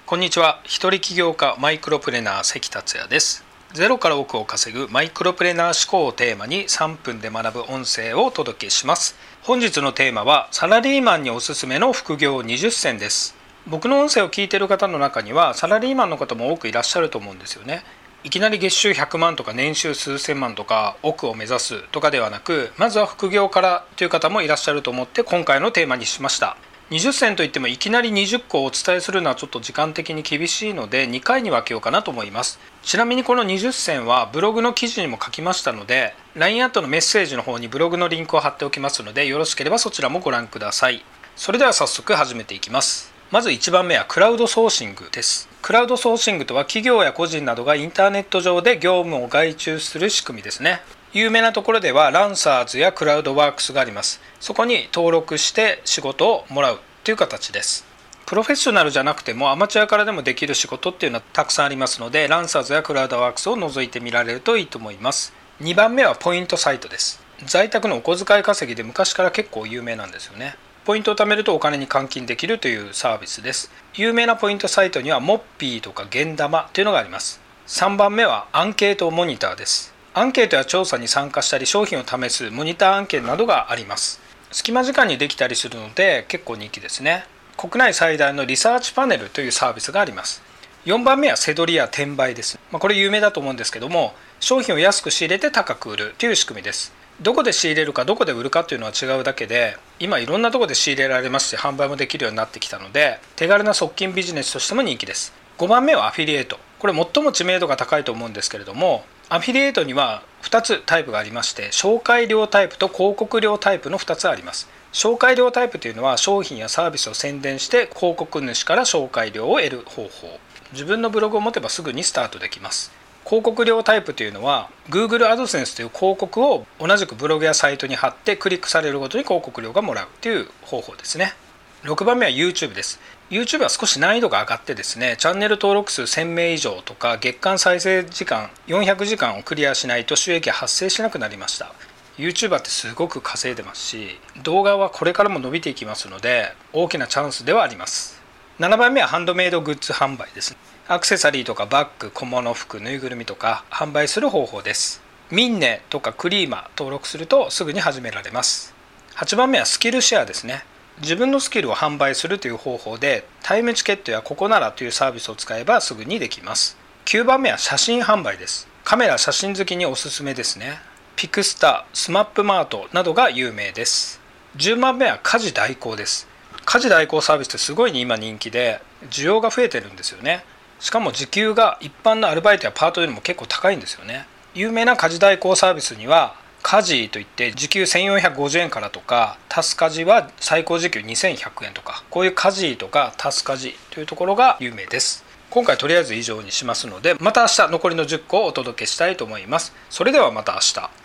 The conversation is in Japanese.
こんにちは。一人起業家マイクロプレナー関達也です。ゼロから億を稼ぐマイクロプレナー思考をテーマに3分で学ぶ音声をお届けします。本日のテーマはサラリーマンにおすすめの副業20選です。僕の音声を聞いている方の中にはサラリーマンの方も多くいらっしゃると思うんですよね。いきなり月収100万とか年収数千万とか億を目指すとかではなく、まずは副業からという方もいらっしゃると思って今回のテーマにしました。20選といってもいきなり20個をお伝えするのはちょっと時間的に厳しいので2回に分けようかなと思います。ちなみにこの20選はブログの記事にも書きましたので LINE アットのメッセージの方にブログのリンクを貼っておきますので、よろしければそちらもご覧ください。それでは早速始めていきます。まず1番目はクラウドソーシングです。クラウドソーシングとは企業や個人などがインターネット上で業務を外注する仕組みですね。有名なところではランサーズやクラウドワークスがあります。そこに登録して仕事をもらうという形です。プロフェッショナルじゃなくてもアマチュアからでもできる仕事っていうのはたくさんありますので、ランサーズやクラウドワークスを覗いてみられるといいと思います。2番目はポイントサイトです。在宅のお小遣い稼ぎで昔から結構有名なんですよね。ポイントを貯めるとお金に換金できるというサービスです。有名なポイントサイトにはモッピーとかゲンダマというのがあります。3番目はアンケートモニターです。アンケートや調査に参加したり商品を試すモニター案件などがあります。隙間時間にできたりするので結構人気ですね。国内最大のリサーチパネルというサービスがあります。4番目はセドリや転売です。これ有名だと思うんですけども、商品を安く仕入れて高く売るという仕組みです。どこで仕入れるかどこで売るかというのは違うだけで、今いろんなところで仕入れられますし販売もできるようになってきたので手軽な側近ビジネスとしても人気です。5番目はアフィリエイト。これ最も知名度が高いと思うんですけれども、アフィリエイトには2つタイプがありまして、紹介料タイプと広告料タイプの2つあります。紹介料タイプというのは商品やサービスを宣伝して広告主から紹介料を得る方法。自分のブログを持てばすぐにスタートできます。広告料タイプというのは Google AdSense という広告を同じくブログやサイトに貼ってクリックされるごとに広告料がもらうという方法ですね。6番目は YouTube です。 YouTube は少し難易度が上がってですね、チャンネル登録数1000名以上とか月間再生時間400時間をクリアしないと収益が発生しなくなりました。 YouTuber ってすごく稼いでますし、動画はこれからも伸びていきますので大きなチャンスではあります。7番目はハンドメイドグッズ販売です。アクセサリーとかバッグ、小物服、ぬいぐるみとか販売する方法です。ミンネとかクリーマ登録するとすぐに始められます。8番目はスキルシェアですね。自分のスキルを販売するという方法でタイムチケットやココナラというサービスを使えばすぐにできます。9番目は写真販売です。カメラ写真好きにおすすめですね。ピクスタ、スマップマートなどが有名です。10番目は家事代行です。家事代行サービスってすごい今人気で需要が増えてるんですよね。しかも時給が一般のアルバイトやパートよりも結構高いんですよね。有名な家事代行サービスには家事といって時給1450円からとか、タスカジは最高時給2100円とか、こういう家事とかタスカジというところが有名です。今回とりあえず以上にしますので、また明日残りの10個をお届けしたいと思います。それではまた明日。